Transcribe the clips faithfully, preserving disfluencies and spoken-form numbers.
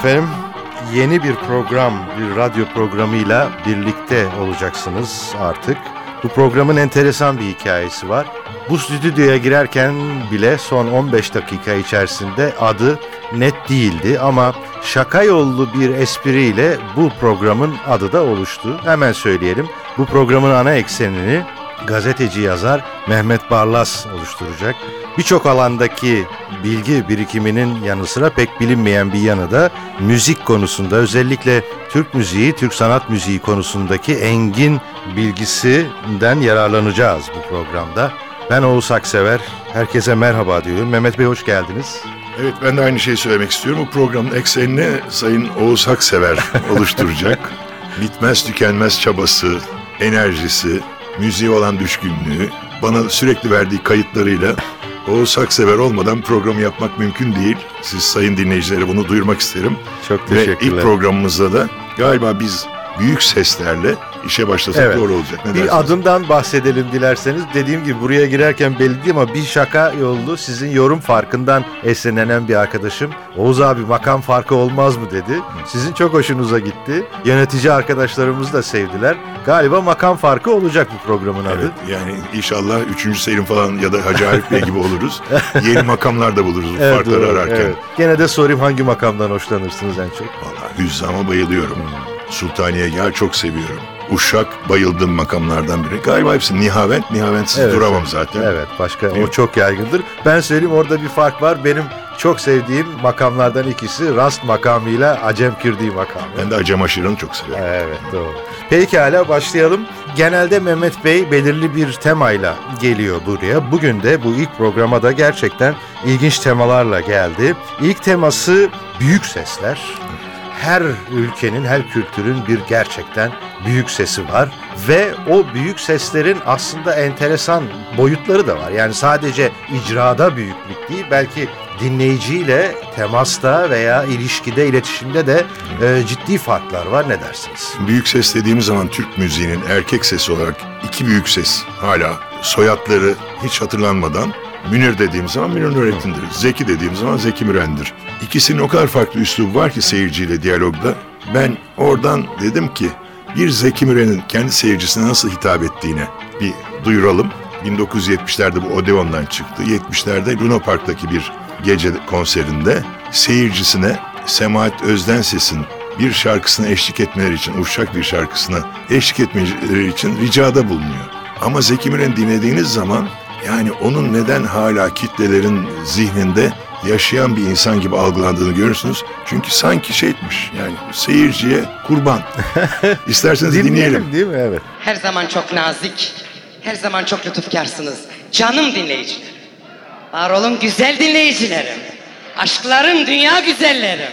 efendim. Yeni bir program, bir radyo programıyla birlikte olacaksınız artık. Bu programın enteresan bir hikayesi var. Bu stüdyoya girerken bile son on beş dakika içerisinde adı net değildi ama şaka yollu bir espriyle bu programın adı da oluştu. Hemen söyleyelim. Bu programın ana eksenini gazeteci yazar Mehmet Barlas oluşturacak. Birçok alandaki bilgi birikiminin yanı sıra pek bilinmeyen bir yanı da müzik konusunda, özellikle Türk müziği, Türk sanat müziği konusundaki engin bilgisinden yararlanacağız bu programda. Ben Oğuz Aksever, herkese merhaba diyorum. Mehmet Bey hoş geldiniz. Evet, ben de aynı şeyi söylemek istiyorum. Bu programın eksenini Sayın Oğuz Aksever oluşturacak. Bitmez tükenmez çabası, enerjisi, müziğe olan düşkünlüğü, bana sürekli verdiği kayıtlarıyla Oğuz Aksever olmadan programı yapmak mümkün değil. Siz sayın dinleyicilere bunu duyurmak isterim. Çok teşekkürler. Ve ilk programımızda da galiba biz büyük seslerle işe başlasak evet. Doğru olacak. Ne bir dersiniz? Adımdan bahsedelim dilerseniz. Dediğim gibi buraya girerken belli değil ama bir şaka yollu sizin yorum farkından esinlenen bir arkadaşım. Oğuz abi makam farkı olmaz mı dedi. Sizin çok hoşunuza gitti. Yönetici arkadaşlarımız da sevdiler. Galiba makam farkı olacak bu programın adı. Evet, yani inşallah üçüncü Selim falan ya da Hacı Arif Bey gibi oluruz. Yeni makamlar da buluruz bu evet, farkları doğru, ararken. Evet. Gene de sorayım, hangi makamdan hoşlanırsınız en çok? Vallahi Hüzzam'a bayılıyorum. Hmm. Sultaniye Yar çok seviyorum. Uşak bayıldığım makamlardan biri. Galiba hepsi Nihavent. Nihaventsiz evet, duramam evet. zaten. Evet, başka o çok yaygındır. Ben söyleyeyim, orada bir fark var. Benim çok sevdiğim makamlardan ikisi Rast makamıyla Acem Kürdi makamı. Ben de Acem Aşırı'nı çok seviyorum. Evet, doğru. Pekala, başlayalım. Genelde Mehmet Bey belirli bir temayla geliyor buraya. Bugün de bu ilk programa da gerçekten ilginç temalarla geldi. İlk teması büyük sesler. Her ülkenin, her kültürün bir gerçekten büyük sesi var ve o büyük seslerin aslında enteresan boyutları da var. Yani sadece icrada büyüklük değil, belki dinleyiciyle temasta veya ilişkide, iletişimde de e, ciddi farklar var. Ne dersiniz? Büyük ses dediğimiz zaman Türk müziğinin erkek sesi olarak iki büyük ses hala soyadları hiç hatırlanmadan Münir dediğim zaman Münir Nurettin'dir. Zeki dediğim zaman Zeki Müren'dir. İkisinin o kadar farklı üslubu var ki seyirciyle diyalogda. Ben oradan dedim ki bir Zeki Müren'in kendi seyircisine nasıl hitap ettiğine bir duyuralım. bin dokuz yüz yetmişlerde bu Odeon'dan çıktı. yetmişlerde Luna Park'taki bir gece konserinde seyircisine Semahat Özdenses'in bir şarkısına eşlik etmeleri için, Uşak bir şarkısına eşlik etmeleri için ricada bulunuyor. Ama Zeki Müren dinlediğiniz zaman yani onun neden hala kitlelerin zihninde yaşayan bir insan gibi algılandığını görürsünüz. Çünkü sanki şeymiş, yani seyirciye kurban. İsterseniz dinleyelim. Değil mi? Evet. Her zaman çok nazik, her zaman çok lütufkarsınız. Canım dinleyicilerim. Var olun güzel dinleyicilerim. Aşklarım, dünya güzellerim.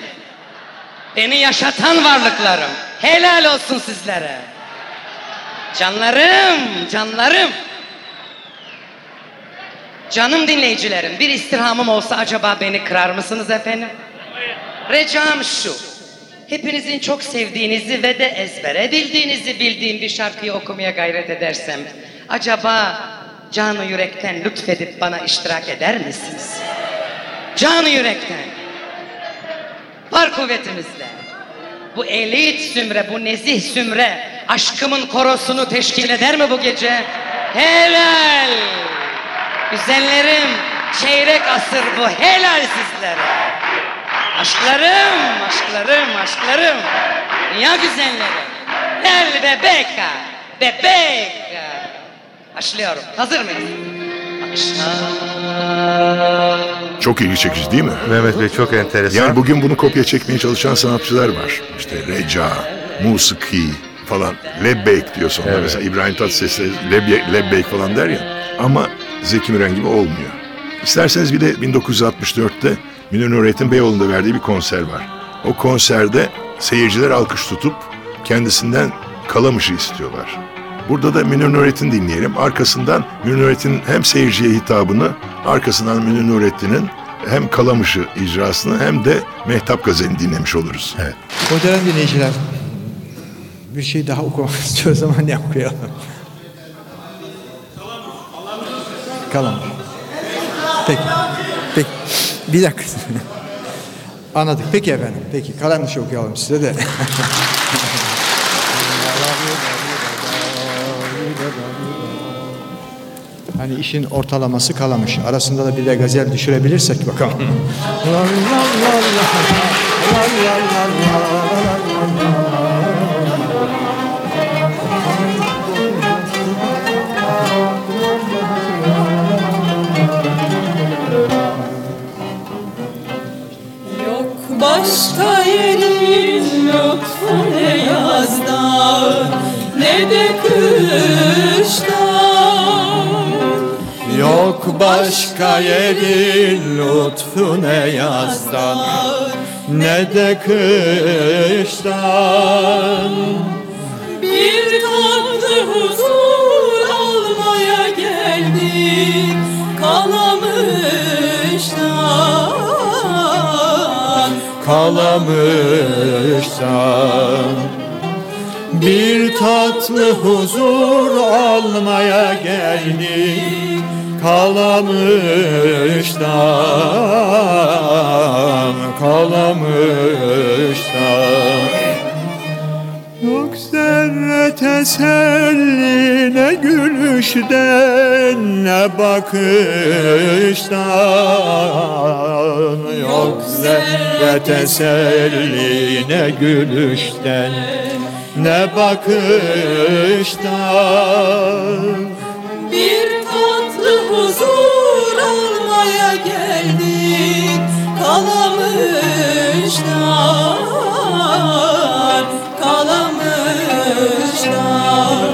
Beni yaşatan varlıklarım. Helal olsun sizlere. Canlarım, canlarım. Canım dinleyicilerim, bir istirhamım olsa acaba beni kırar mısınız efendim? Ricam şu, hepinizin çok sevdiğinizi ve de ezbere bildiğinizi bildiğim bir şarkıyı okumaya gayret edersem, acaba canı yürekten lütfedip bana iştirak eder misiniz? Canı yürekten, var kuvvetimizle, bu elit sümre, bu nezih sümre, aşkımın korosunu teşkil eder mi bu gece? Helal! Güzellerim, çeyrek asır bu, helal sizlere. Aşklarım, aşklarım, aşklarım, dünya güzelleri. El bebeka, bebeka. Başlıyorum, hazır mıyız? Akşam. Çok ilgi çekici değil mi? Mehmet Bey, çok enteresan. Yani bugün bunu kopya çekmeye çalışan sanatçılar var. İşte Reca, Musiki falan, Lebbeyk diyor sonra. Evet. Mesela İbrahim Tatlıses'le Lebbe, Lebbeyk falan der ya. Ama Zeki Müren gibi olmuyor. İsterseniz bir de bin dokuz yüz altmış dörtte Münir Nurettin Beyoğlu'nda verdiği bir konser var. O konserde seyirciler alkış tutup kendisinden Kalamış'ı istiyorlar. Burada da Münir Nurettin dinleyelim. Arkasından Münir Nurettin'in hem seyirciye hitabını, arkasından Münir Nurettin'in hem Kalamış'ı icrasını hem de Mehtap Gazelini dinlemiş oluruz. Evet. Muhterem dinleyiciler, bir şey daha okumak istiyoruz ama ne okuyalım? Kalamış. Peki. Peki. Bir dakika. Anladık. Peki efendim. Peki. Kalamış okuyalım size de. Hani işin ortalaması Kalamış. Arasında da bir de gazel düşürebilirsek bakalım. Başka yerin lütfu ne yazda ne de kıştan. Yok başka yerin lütfu ne yazdan ne de kıştan. Bir tatlı huzur almaya geldik Kalamış'tan. Kalamış'tan bir tatlı huzur almaya geldik Kalamış'tan, Kalamış'tan. Yok zerre teselli ne gülüşten ne bakıştan. Yok zerre teselli ne gülüşten ne bakıştan. Bir tatlı huzur almaya geldik Kalamış'tan, Kalamış'tan.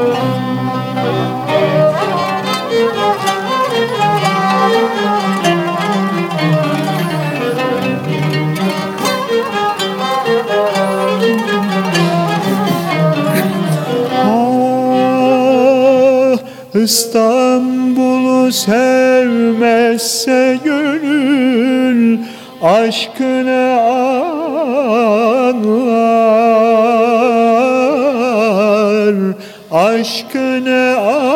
İstanbul'u sevmezse gönül aşkını anlar, aşkını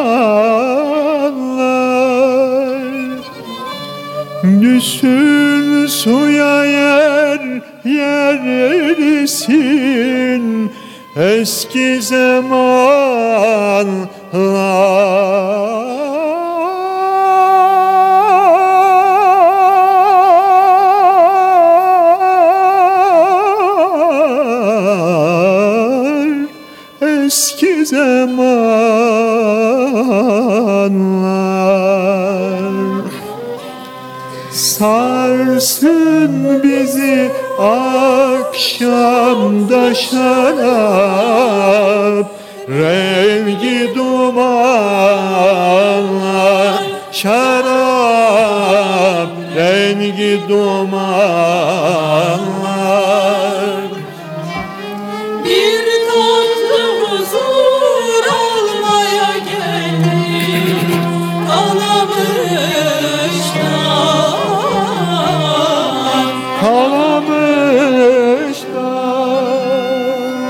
anlar. Düşsün suya yer yer erisin eski zamanlar. Eski zamanlar sarsın bizi akşamda şarap rengi dumanlar, şarap rengi dumanlar. Bir tatlı huzur almaya geldik Kalamış'tan, Kalamış'tan.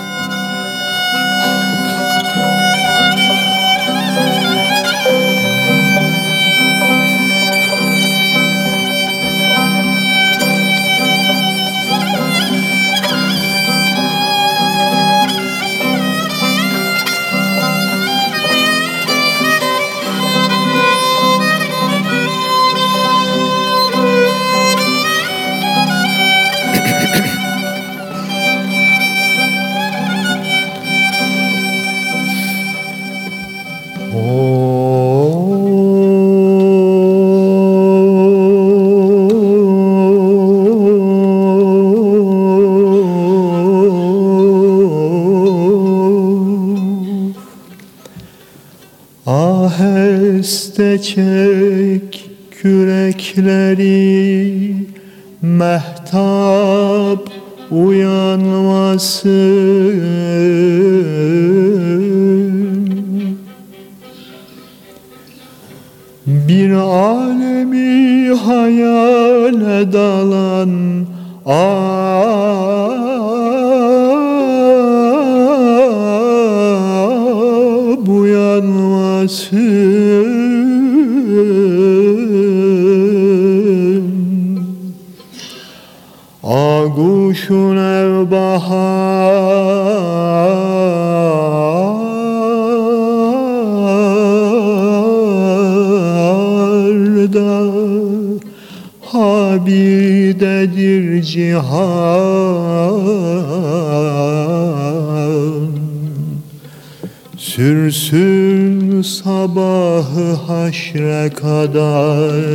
Aheste çek kürekleri mehtap uyanmasın. Bir alemi hayale dalan ab uyanmasın. Kuşun ev baharda Habidedir cihan. Sürsün sabahı haşre kadar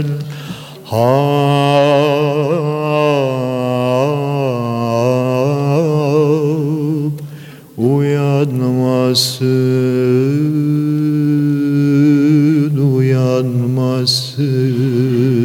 Hab uyanmasın, uyanmasın.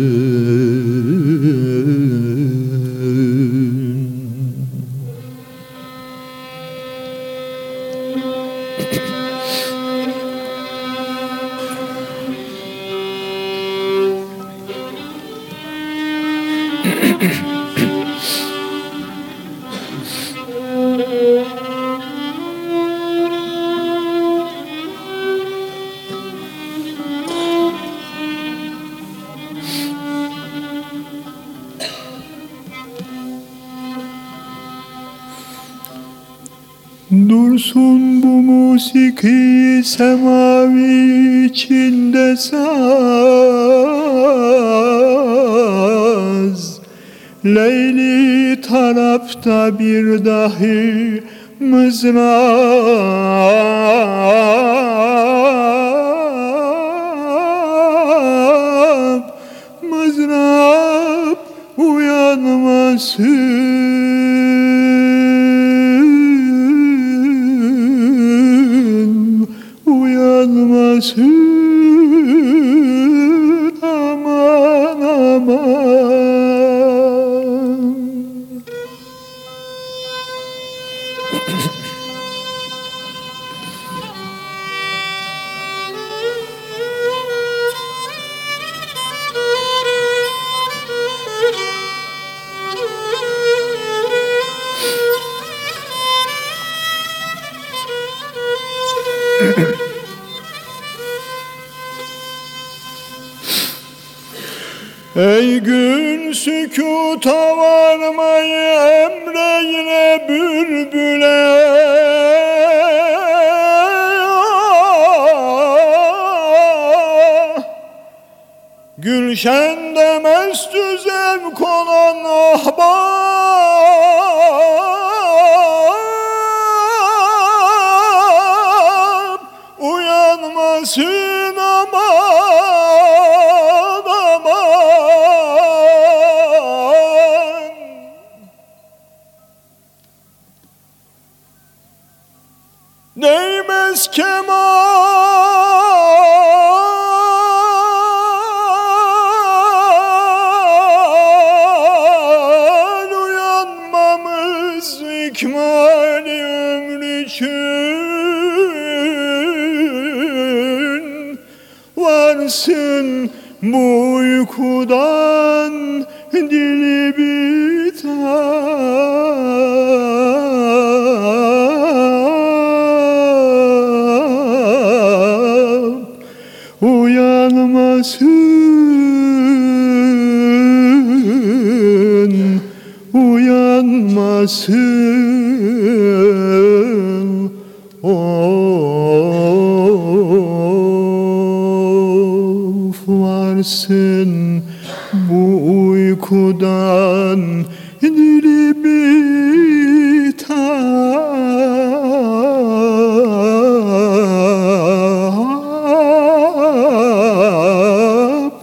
Dursun bu musiki semavi içinde saz, Leyli tarafta bir dahi mızrap, mızrap uyanmasın, uyanmasın, aman aman. Ey gün sükuta varmayı emreyle bülbüle, Gülşende mestü zevk olan ahbap, uyanmasın aman aman. Değmez kemal uyanmamız ikmali ömrü için. Varsın bu uykudan dili bitap, uyanmasın, uyanmasın. Of, varsın bu uykudan dili bitap,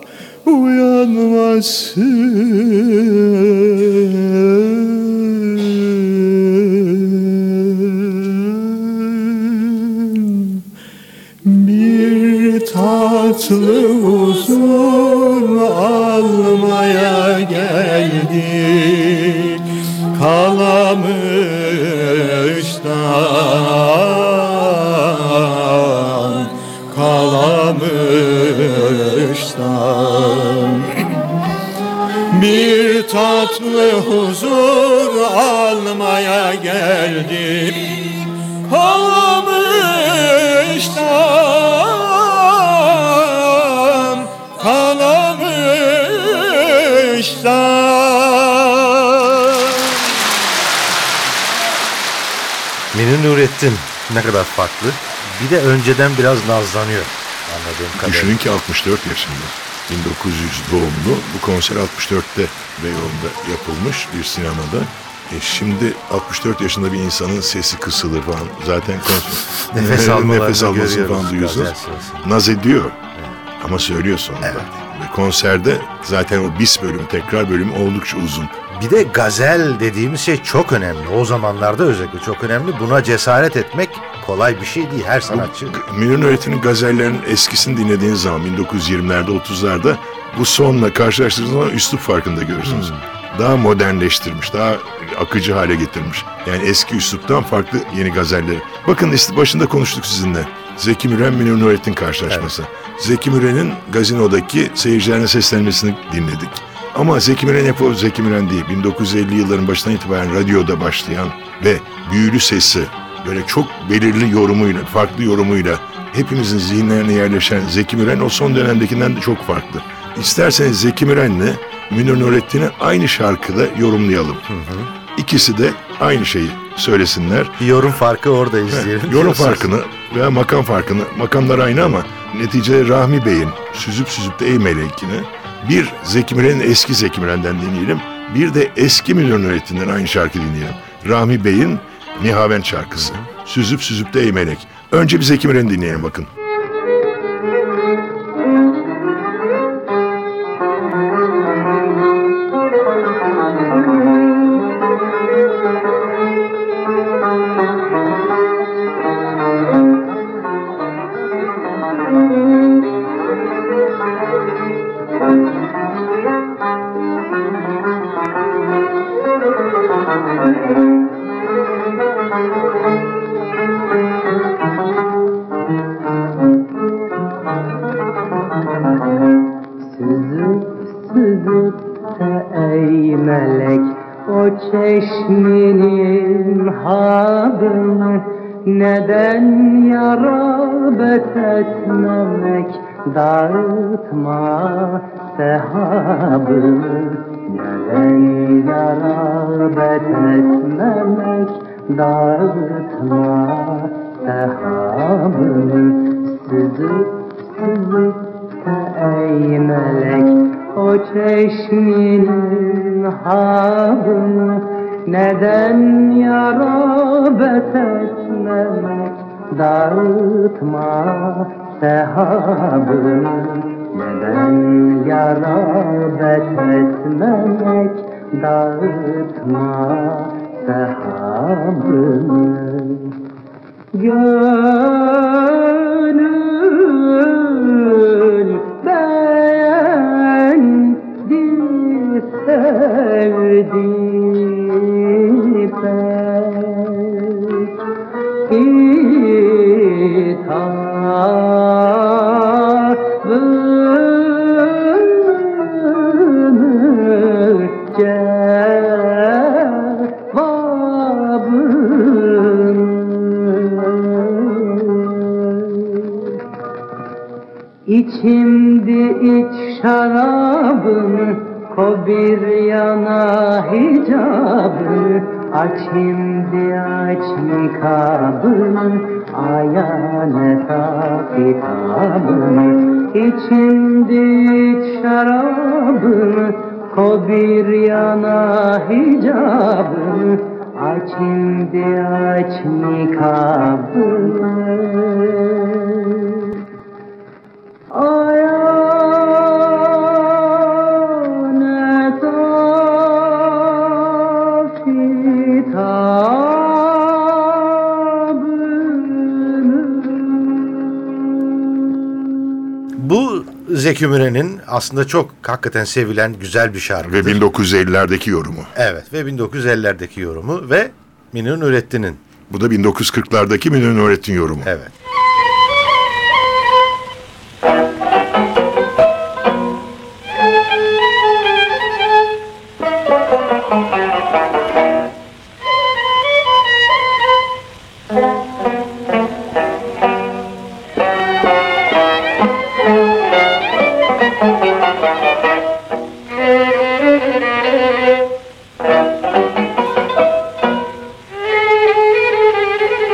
uyanmasın. Bir tatlı huzur almaya geldik Kalamış'tan, Kalamış'tan. Bir tatlı huzur almaya geldik Kalamış'tan, Kalamış'tan. した Münir Nurettin ne kadar farklı. Bir de önceden biraz nazlanıyor anladığım kadarıyla. Düşünün ki altmış dört yaşında. bin dokuz yüz doğumlu. Bu konser altmış dörtte Beyoğlu'nda yapılmış bir sinemada. E şimdi altmış dört yaşında bir insanın sesi kısılır falan. Zaten konser, nefes almalarını nefes almasını falan duyuyorsunuz. Naz ediyor. Evet. Ama söylüyor sonunda. Evet. Ve konserde zaten o bis bölüm, tekrar bölümü oldukça uzun. Bir de gazel dediğimiz şey çok önemli. O zamanlarda özellikle çok önemli. Buna cesaret etmek kolay bir şey değil her sanatçı. Münir Nurettin'in gazellerinin eskisini dinlediğiniz zaman bin dokuz yüz yirmilerde, otuzlarda bu sonla karşılaştırdığınız zaman üslup farkında görürsünüz. Hmm. Daha modernleştirmiş, daha akıcı hale getirmiş. Yani eski üsluptan farklı yeni gazelleri. Bakın işte başında konuştuk sizinle. Zeki Müren, Münir Nurettin karşılaşması. Evet. Zeki Müren'in gazinodaki seyircilerine seslenmesini dinledik. Ama Zeki Müren hep o Zeki Müren değil. bin dokuz yüz elli yılların başından itibaren radyoda başlayan ve büyülü sesi, böyle çok belirli yorumuyla, farklı yorumuyla hepimizin zihinlerine yerleşen Zeki Müren o son dönemdekinden de çok farklı. İsterseniz Zeki Müren'le Münir Nurettin'i aynı şarkıda yorumlayalım. Hı hı. İkisi de aynı şeyi söylesinler. Bir yorum farkı orada izleyelim. Evet, yorum farkını veya makam farkını, makamlar aynı ama neticede Rahmi Bey'in Süzüp Süzüp de Ey Melek'ini bir Zeki Müren'in eski Zeki Müren'den dinleyelim. Bir de eski Münir Nurettin'den aynı şarkı dinleyelim. Rahmi Bey'in Nihavent şarkısı. Süzüp Süzüp de Ey Melek. Önce bir Zeki Müren'i dinleyelim bakın. Çeşminin habını neden yarabet etmemek, dağıtma sehabını neden yarabet etmemek, dağıtma sehabını süzüp süzüp ey melek o çeşminin habını neden yarabet etmemek, dağıtma sehabını neden yarabet etmemek, dağıtma sehabını. Gönül beğendi sevdi İçimdi iç şarabını, ko bir yana hicabını, aç şimdi aç nikabını, ayane kitabını. İçimdi iç şarabını, ko bir yana hicabını, aç şimdi aç nikabını. Bu Zeki Müren'in aslında çok hakikaten sevilen güzel bir şarkıdır. Ve bin dokuz yüz ellilerdeki yorumu. Evet ve bin dokuz yüz ellilerdeki yorumu ve Münir Nurettin'in. Bu da bin dokuz yüz kırklardaki Münir Nurettin yorumu. Evet. Thank you.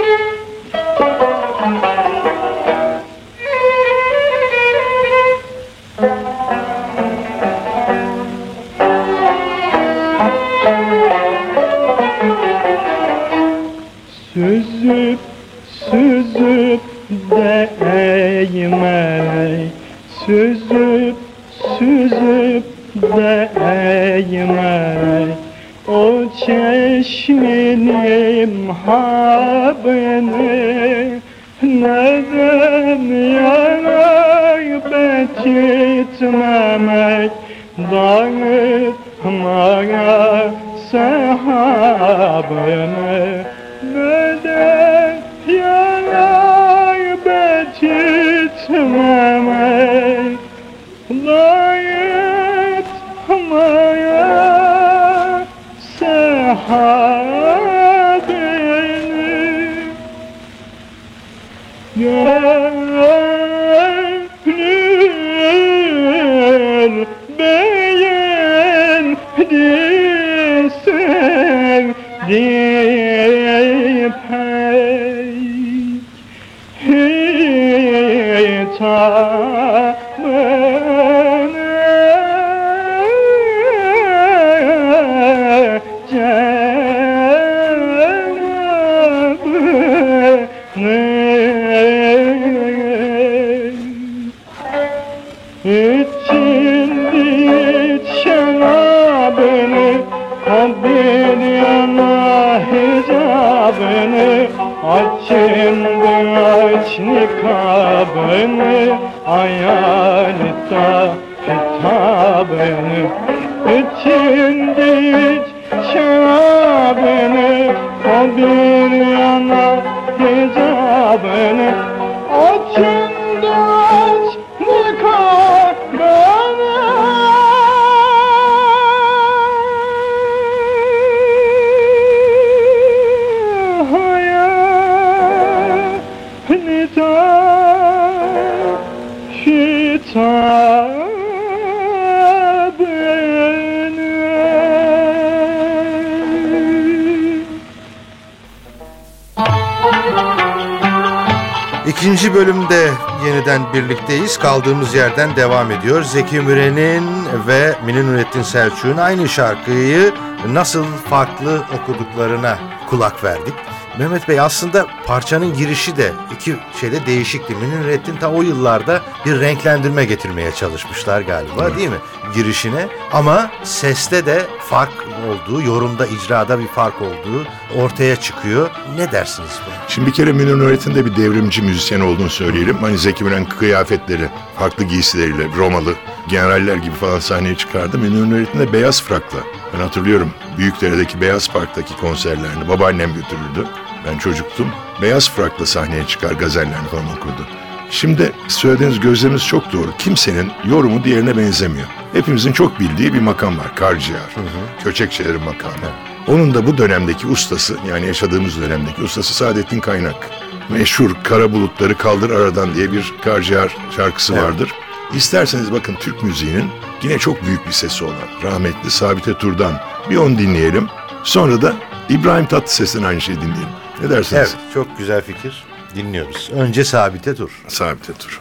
süzüp süzüp değme o çeşmenim habını neden yarayıp etmemek dağıtmaya sehabını neden yarayıp etmemek dağıtmaya sehabını gönül beğendi sevdi pek hitabını İçindi şarabını bir yana hicabını açındı aç nikabını ayalita hitabını İçindi şarabını bir yana hicabını açındı aç nikabını İkinci bölümde yeniden birlikteyiz. Kaldığımız yerden devam ediyor. Zeki Müren'in ve Münir Nurettin Selçuk'un aynı şarkıyı nasıl farklı okuduklarına kulak verdik. Mehmet Bey, aslında parçanın girişi de iki şeyde değişikti. Münir Nurettin ta o yıllarda bir renklendirme getirmeye çalışmışlar galiba, evet, değil mi? Girişine. Ama seste de fark olduğu, yorumda, icrada bir fark olduğu ortaya çıkıyor. Ne dersiniz bu? Şimdi bir kere Münir Nurettin de bir devrimci müzisyen olduğunu söyleyelim. Hani Zeki Müren kıyafetleri, farklı giysileriyle, Romalı generaller gibi falan sahneye çıkardı. Münir Nurettin de beyaz frakla. Ben hatırlıyorum Büyükdere'deki Beyaz Park'taki konserlerini babaannem götürürdü. Ben çocuktum. Beyaz frakla sahneye çıkar, gazellerini falan okurdu. Şimdi söylediğiniz gözleriniz çok doğru. Kimsenin yorumu diğerine benzemiyor. Hepimizin çok bildiği bir makam var. Karciğer. Hı hı. Köçekçilerin makamı. Evet. Onun da bu dönemdeki ustası, yani yaşadığımız dönemdeki ustası Saadettin Kaynak. Meşhur Kara Bulutları Kaldır Aradan diye bir Karciğer şarkısı, evet, vardır. İsterseniz bakın, Türk müziğinin yine çok büyük bir sesi olan rahmetli Sabite Tur'dan bir onu dinleyelim. Sonra da İbrahim Tatlıses'ten aynı şeyi dinleyelim. Ne dersiniz? Evet, çok güzel fikir. Dinliyoruz. Önce Sabite Tur. Sabite Tur.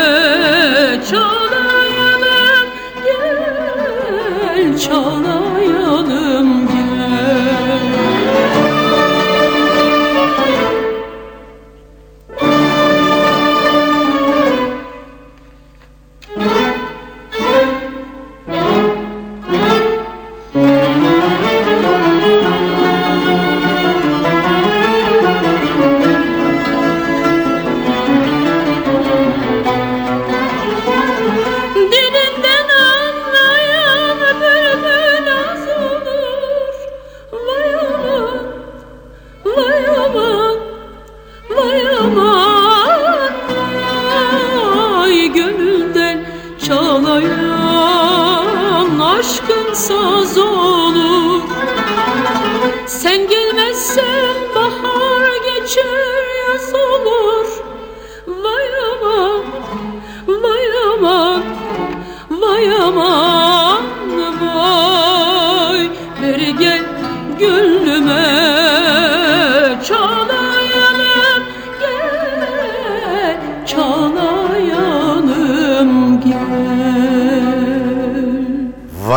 Çalayalım, gel çalayalım.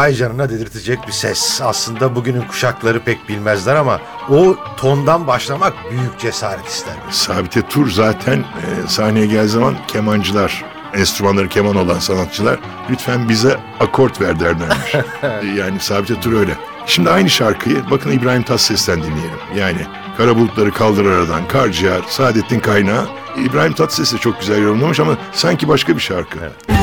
vay canına dedirtecek bir ses. Aslında bugünün kuşakları pek bilmezler ama o tondan başlamak büyük cesaret ister. Sabite Tur zaten e, sahneye geldiği zaman kemancılar, enstrümanları keman olan sanatçılar lütfen bize akort ver derlermiş. Yani Sabite Tur öyle. Şimdi aynı şarkıyı bakın İbrahim Tatlıses'ten dinleyelim. Yani Kara bulutları kaldır aradan, Kar ciğer, Saadettin Kaynağı. İbrahim Tatlıses de çok güzel yorumlamış ama sanki başka bir şarkı. Evet.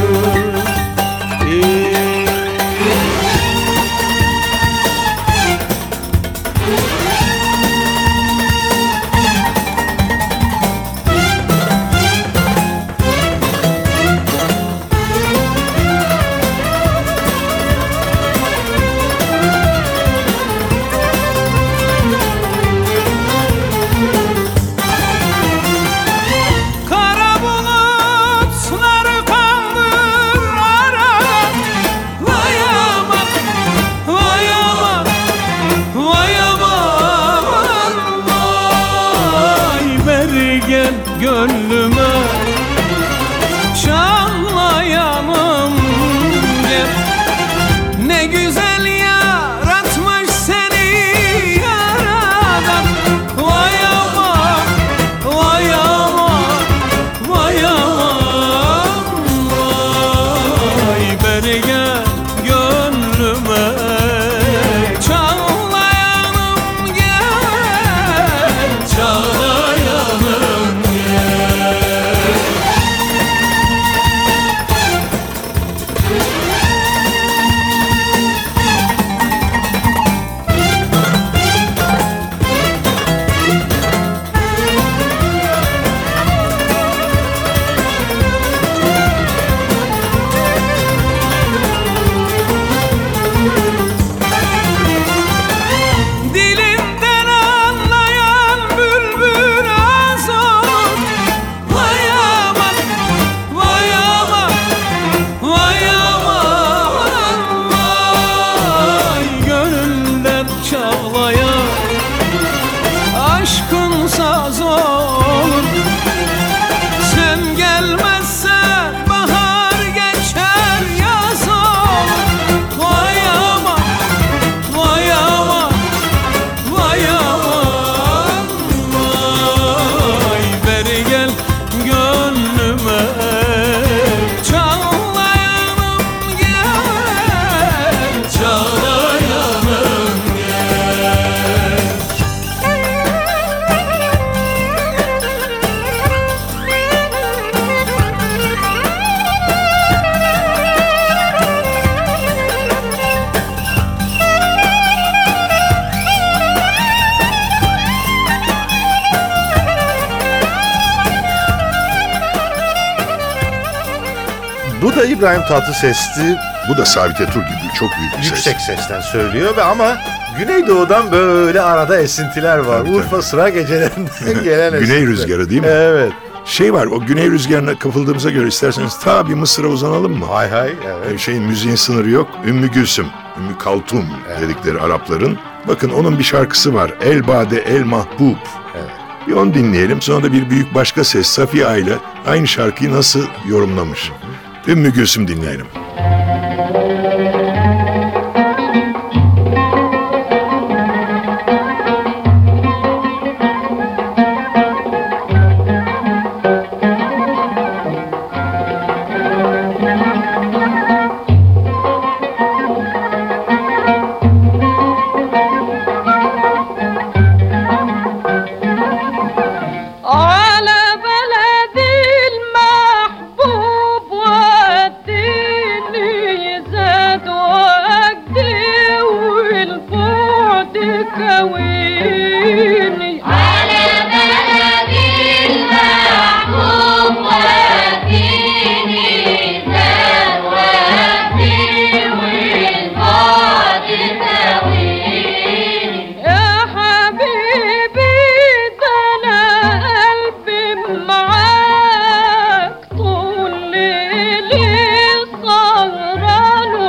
Bu da İbrahim Tatlıses'ti. Bu da Sabite Tur gibi çok büyük bir ses. Yüksek sesten söylüyor ve ama Güneydoğu'dan böyle arada esintiler var. Tabii, Urfa tabii. Sıra gecelerinden gelen esintiler. Güney rüzgarı değil mi? Evet. Şey var, o güney rüzgarına kapıldığımıza göre isterseniz ta bir Mısır'a uzanalım mı? Hay hay, evet. Şeyin, müziğin sınırı yok. Ümmü Gülsüm, Ümmü Kaltum evet. dedikleri Arapların. Bakın onun bir şarkısı var. El Bade El Mahbub. Evet. Bir onu dinleyelim. Sonra da bir büyük başka ses Safiye Ayla aynı şarkıyı nasıl yorumlamış. Hı hı. Ümmü Gülsüm dinleyelim.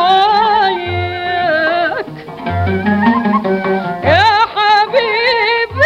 يا حبيبي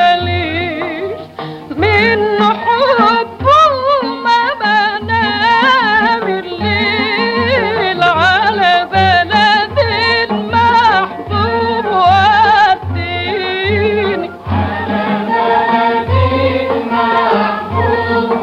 دليل من حبه ما بنام الليل على بلد المحبوب وديني على بلد المحبوب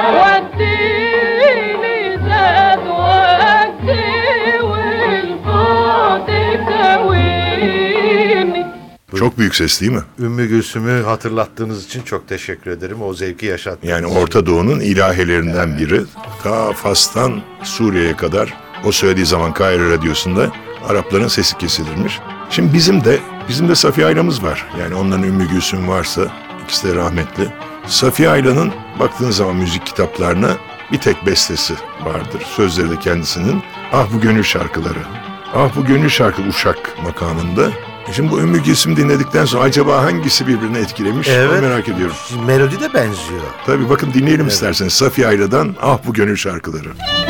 وديني زاد وجدي والبعد كويني. Çok büyük ses değil mi? Ümmü Gülsüm'ü hatırlattığınız için çok teşekkür ederim. O zevki yaşattınız. Yani Orta Doğu'nun ilahelerinden biri. Ta Fas'tan Suriye'ye kadar o söylediği zaman Kahire Radyosu'nda Arapların sesi kesilirmiş. Şimdi bizim de bizim de Safiye Ayla'mız var. Yani onların Ümmü Gülsüm varsa ikisi de rahmetli. Safiye Ayla'nın baktığınız zaman müzik kitaplarına bir tek bestesi vardır. Sözleri de kendisinin. Ah bu gönül şarkıları. Ah bu gönül şarkı Uşak makamında. Şimdi bu Ümmü Gülsüm dinledikten sonra acaba hangisi birbirini etkilemiş? Evet. Onu merak ediyorum. Melodi de benziyor. Tabii bakın dinleyelim Evet. isterseniz Safiye Ayla'dan Ah bu gönül şarkıları.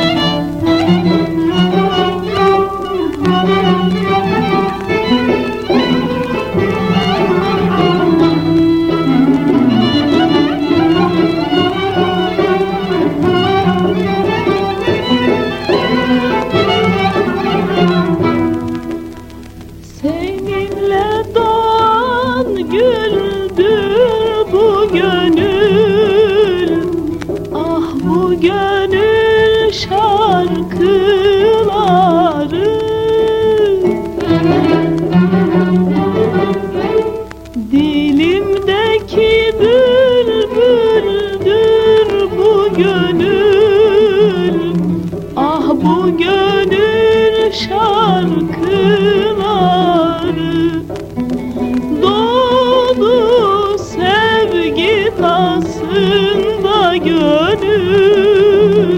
Seninle doğan güldür bu gönül, ah bu gönül şarkıları. Dilimdeki bülbüldür bu gönül, ah bu gönül şarkıları. Doğdu sevgi tasında gönül,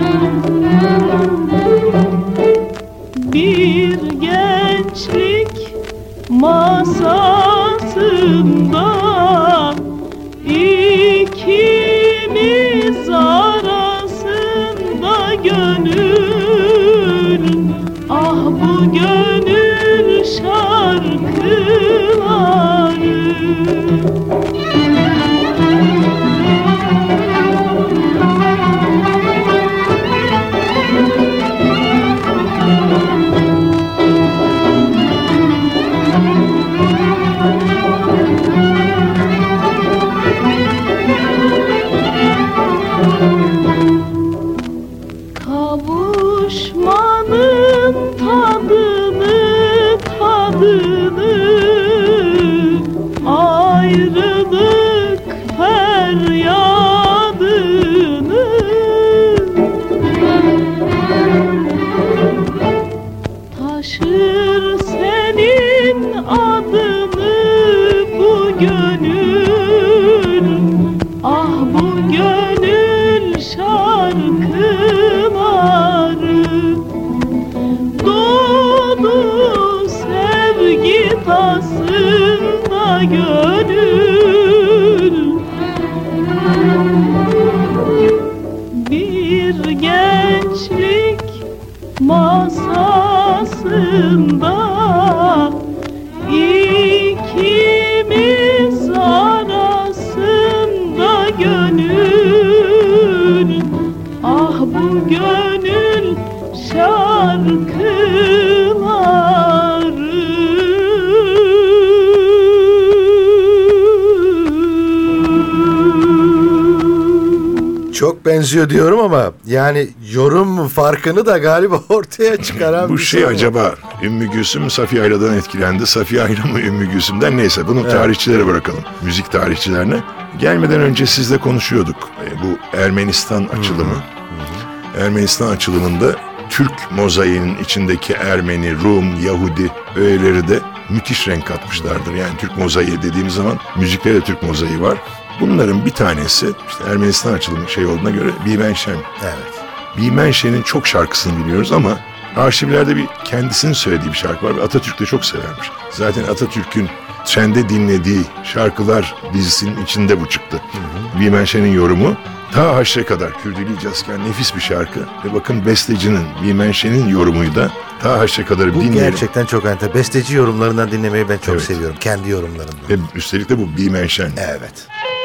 bir gençlik masasında ikimiz arasında gönül, ah bu gönül şarkıları. Kavuşmanın tadını tadını, ayrılık feryadını. Taşır senin adını bu gönül, ah bu gönül şarkıları. Doğdu sevgi tasında gönül, bir gençlik masasında ikimiz arasında gönül, ah bu gönül şarkıları. Çok benziyor diyorum ama yani yorum farkını da galiba ortaya çıkaran Bu bir şey soru. acaba Ümmü Gülsüm Safiye Ayla'dan etkilendi. Safiye Ayla mı Ümmü Gülsüm'den, neyse bunu Evet. tarihçilere bırakalım. Müzik tarihçilerine. Gelmeden önce sizle konuşuyorduk. E, bu Ermenistan açılımı. Ermenistan açılımında Türk mozaiğinin içindeki Ermeni, Rum, Yahudi öğeleri de müthiş renk katmışlardır. Yani Türk mozaiği dediğimiz zaman müzikte de Türk mozaiği var. Bunların bir tanesi işte Ermenistan açılımı şey olduğuna göre Bimenşen. Evet. Bimenşen'in çok şarkısını biliyoruz ama arşivlerde bir kendisinin söylediği bir şarkı var ve Atatürk de çok severmiş. Zaten Atatürk'ün trende dinlediği şarkılar dizisinin içinde bu çıktı. Bimenşen'in yorumu Ta Haşre Kadar Kürdüleyeceğizken nefis bir şarkı. Ve bakın bestecinin, Bimen Şen'in yorumuydu da Ta Haşre Kadar'ı Bu dinleyelim. gerçekten çok enteresan. Besteci yorumlarından dinlemeyi ben çok Evet. seviyorum. Kendi yorumlarından. Ve üstelik de bu Bimen Şen. Evet.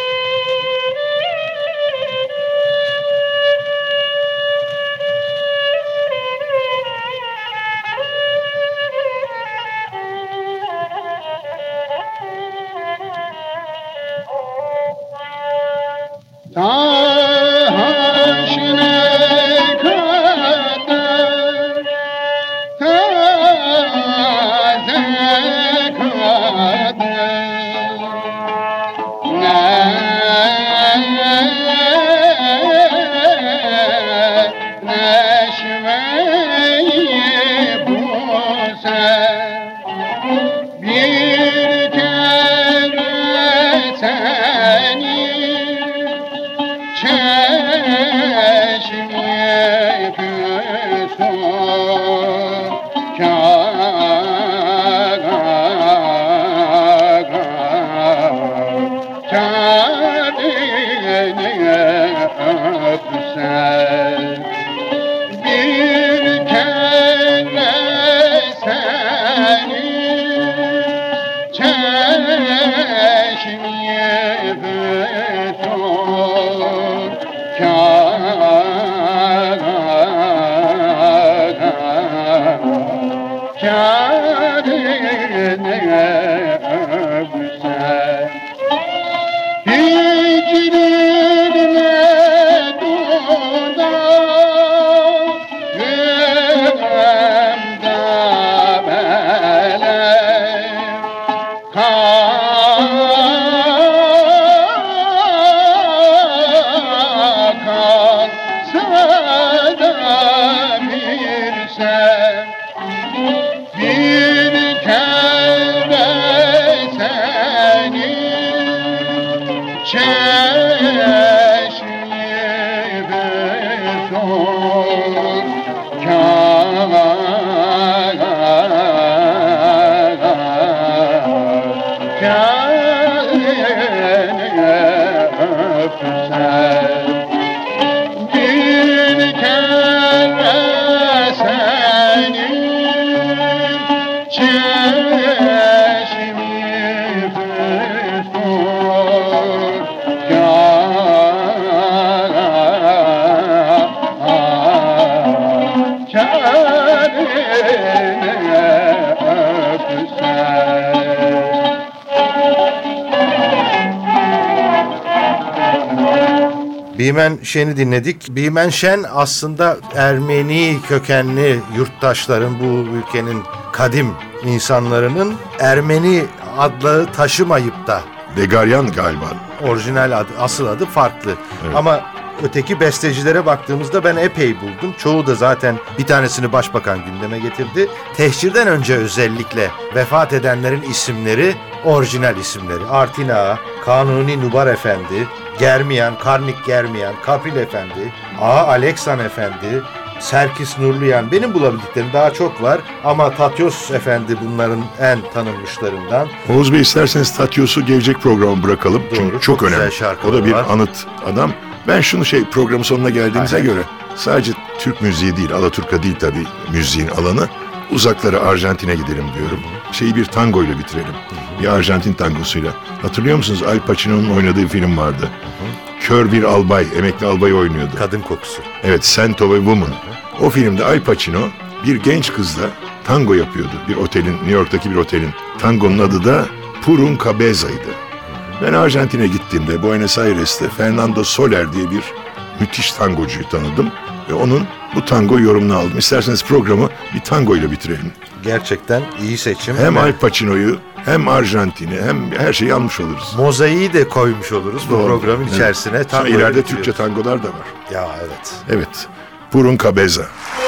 Bimen Şen'i dinledik. Bimen Şen aslında Ermeni kökenli yurttaşların, bu ülkenin kadim insanlarının Ermeni adları taşımayıp da Degaryan galiba. Orijinal adı, asıl adı farklı. Evet. Ama öteki bestecilere baktığımızda ben epey buldum. Çoğu da zaten bir tanesini başbakan gündeme getirdi. Tehcirden önce özellikle vefat edenlerin isimleri orijinal isimleri. Artin Ağa, Kanuni Nubar Efendi, Germiyan, Karnik Germiyan, Kapil Efendi, Ağa Aleksan Efendi, Serkis Nurluyan. Benim bulabildiklerim daha çok var ama Tatyos Efendi bunların en tanınmışlarından. Oğuz Bey, isterseniz Tatyos'u gelecek programı bırakalım. Doğru, Çünkü çok çok, güzel önemli. O şarkıları da bir var. anıt adam. Ben şunu şey programın sonuna geldiğimize Aynen. göre sadece Türk müziği değil, Alaturka değil tabii müziğin alanı. Uzaklara, Arjantin'e gidelim diyorum. Şeyi bir tango ile bitirelim. Bir Arjantin tangosuyla. Hatırlıyor musunuz? Al Pacino'nun oynadığı film vardı. Kör bir albay, emekli albay oynuyordu. Kadın kokusu. Evet, Scent of a Woman. O filmde Al Pacino bir genç kızla tango yapıyordu. Bir otelin, New York'taki bir otelin. Tangonun adı da Purun Cabeza'ydı. Ben Arjantin'e gittiğimde Buenos Aires'te Fernando Soler diye bir müthiş tangocuyu tanıdım. Ve onun bu tango yorumunu aldım. İsterseniz programı bir tango ile bitirelim. Gerçekten iyi seçim. Hem Evet. Al Pacino'yu, hem Arjantin'i, hem her şeyi almış oluruz. Mozaiği de koymuş oluruz bu Doğru. programın Evet. içerisine. Sonra Tangoyu ileride bitiriyoruz. Türkçe tangolar da var. Ya evet. Evet. Purun Cabeza.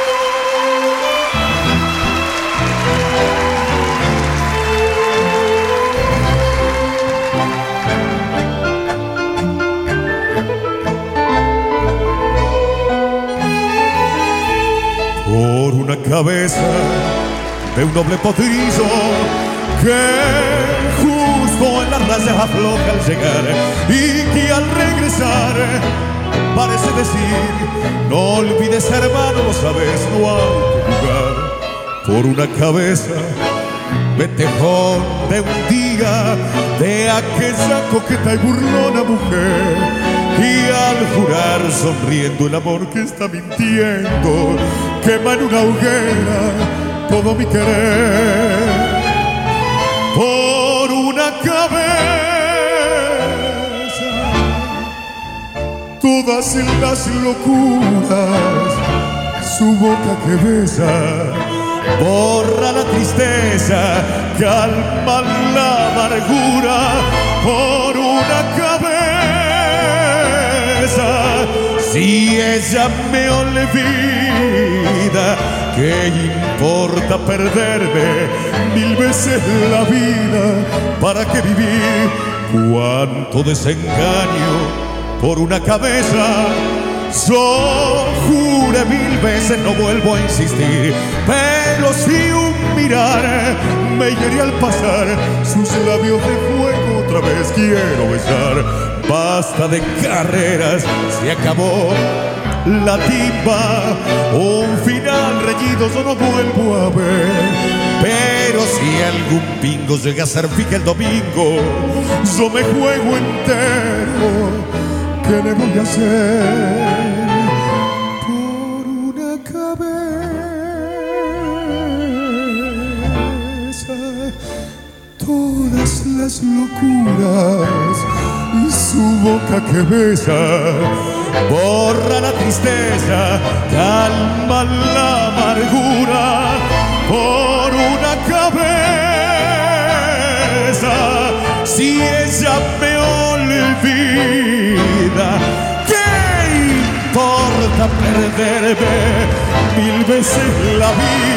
Por una cabeza de un doble potrillo que justo en las rayas afloja al llegar y que al regresar parece decir, no olvides hermano, lo sabes, no hay que jugar por una cabeza. Ventejón de un día de aquella coqueta y burlona mujer, y al jurar sonriendo el amor que está mintiendo, quema en una hoguera todo mi querer. Por una cabeza, todas las locuras, su boca que besa, borra la tristeza, calma la amargura. Por una cabeza, si ella me olvida, ¿qué importa perderme mil veces la vida? ¿Para qué vivir? Cuánto desengaño por una cabeza. Yo juré mil veces, no vuelvo a insistir, pero si un mirar me hiere al pasar, sus labios de fuego otra vez quiero besar. Basta de carreras, se acabó la timba, un final reñido yo no vuelvo a ver. Pero si algún bingo llega a ser fija el domingo, yo me juego entero. ¿Qué le voy a hacer por una cabeza? Todas las locuras y su boca que besa, borra la tristeza, calma la amargura. Por una cabeza, si ella me olvida, ¿qué importa perderme mil veces la vida?